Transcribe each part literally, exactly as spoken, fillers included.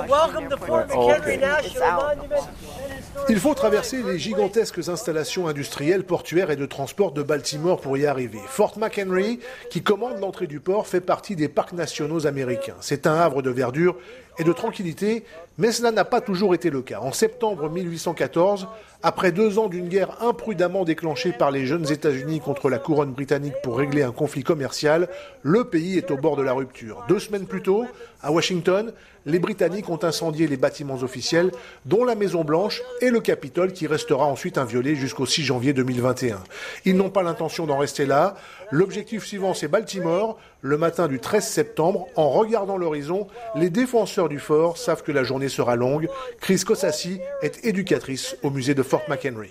Il faut traverser les gigantesques installations industrielles, portuaires et de transport de Baltimore pour y arriver. Fort McHenry, qui commande l'entrée du port, fait partie des parcs nationaux américains. C'est un havre de verdure et de tranquillité, mais cela n'a pas toujours été le cas. En septembre mille huit cent quatorze, après deux ans d'une guerre imprudemment déclenchée par les jeunes États-Unis contre la couronne britannique pour régler un conflit commercial, le pays est au bord de la rupture. Deux semaines plus tôt, à Washington, les Britanniques ont incendié les bâtiments officiels, dont la Maison-Blanche et le Capitole, qui restera ensuite inviolé jusqu'au six janvier deux mille vingt et un. Ils n'ont pas l'intention d'en rester là. L'objectif suivant, c'est Baltimore. Le matin du treize septembre, en regardant l'horizon, les défenseurs du fort savent que la journée sera longue. Chris Kosassi est éducatrice au musée de Fort McHenry.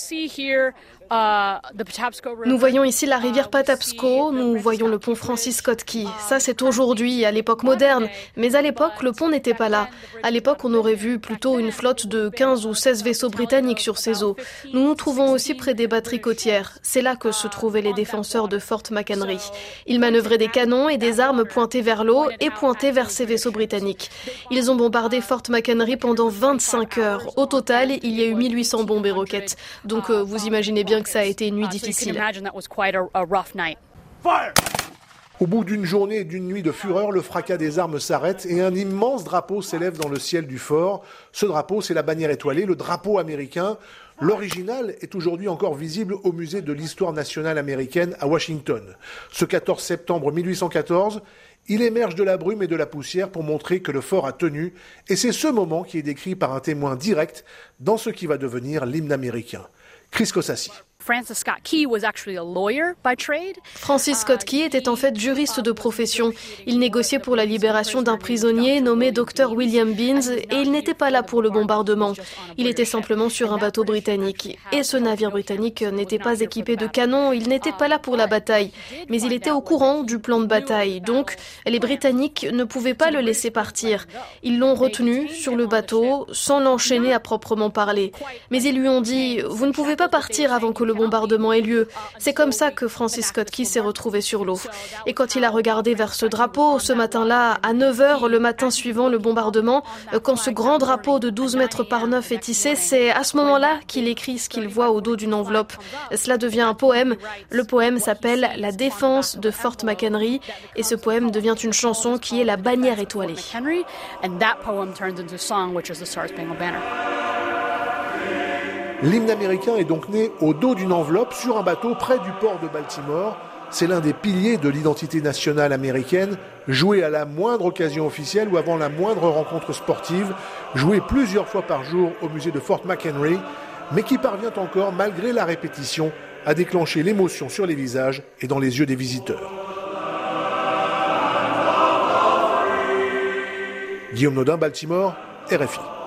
Nous voyons ici la rivière Patapsco, nous voyons le pont Francis Scott Key. Ça, c'est aujourd'hui, à l'époque moderne. Mais à l'époque, le pont n'était pas là. À l'époque, on aurait vu plutôt une flotte de quinze ou seize vaisseaux britanniques sur ces eaux. Nous nous trouvons aussi près des batteries côtières. C'est là que se trouvaient les défenseurs de Fort McHenry. Ils manœuvraient des canons et des armes pointées vers l'eau et pointées vers ces vaisseaux britanniques. Ils ont bombardé Fort McHenry pendant vingt-cinq heures. Au total, il y a eu mille huit cents bombes et roquettes. Donc, euh, vous imaginez bien que ça a été une nuit difficile. Au bout d'une journée et d'une nuit de fureur, le fracas des armes s'arrête et un immense drapeau s'élève dans le ciel du fort. Ce drapeau, c'est la bannière étoilée, le drapeau américain. L'original est aujourd'hui encore visible au musée de l'histoire nationale américaine à Washington. Ce quatorze septembre mille huit cent quatorze, il émerge de la brume et de la poussière pour montrer que le fort a tenu. Et c'est ce moment qui est décrit par un témoin direct dans ce qui va devenir l'hymne américain. Chris Kosassi. Francis Scott Key was actually a lawyer by trade. Francis Scott Key était en fait juriste de profession. Il négociait pour la libération d'un prisonnier nommé docteur William Beans et il n'était pas là pour le bombardement. Il était simplement sur un bateau britannique. Et ce navire britannique n'était pas équipé de canons, il n'était pas là pour la bataille. Mais il était au courant du plan de bataille. Donc, les Britanniques ne pouvaient pas le laisser partir. Ils l'ont retenu sur le bateau sans l'enchaîner à proprement parler. Mais ils lui ont dit « Vous ne pouvez pas partir avant que le bombardement ait lieu ». C'est comme ça que Francis Scott Key s'est retrouvé sur l'eau. Et quand il a regardé vers ce drapeau, ce matin-là, à neuf heures, le matin suivant le bombardement, quand ce grand drapeau de douze mètres par neuf est hissé, c'est à ce moment-là qu'il écrit ce qu'il voit au dos d'une enveloppe. Cela devient un poème. Le poème s'appelle « La défense de Fort McHenry » et ce poème devient une chanson qui est la bannière étoilée. L'hymne américain est donc né au dos d'une enveloppe sur un bateau près du port de Baltimore. C'est l'un des piliers de l'identité nationale américaine, joué à la moindre occasion officielle ou avant la moindre rencontre sportive, joué plusieurs fois par jour au musée de Fort McHenry, mais qui parvient encore, malgré la répétition, à déclencher l'émotion sur les visages et dans les yeux des visiteurs. Guillaume Naudin, Baltimore, R F I.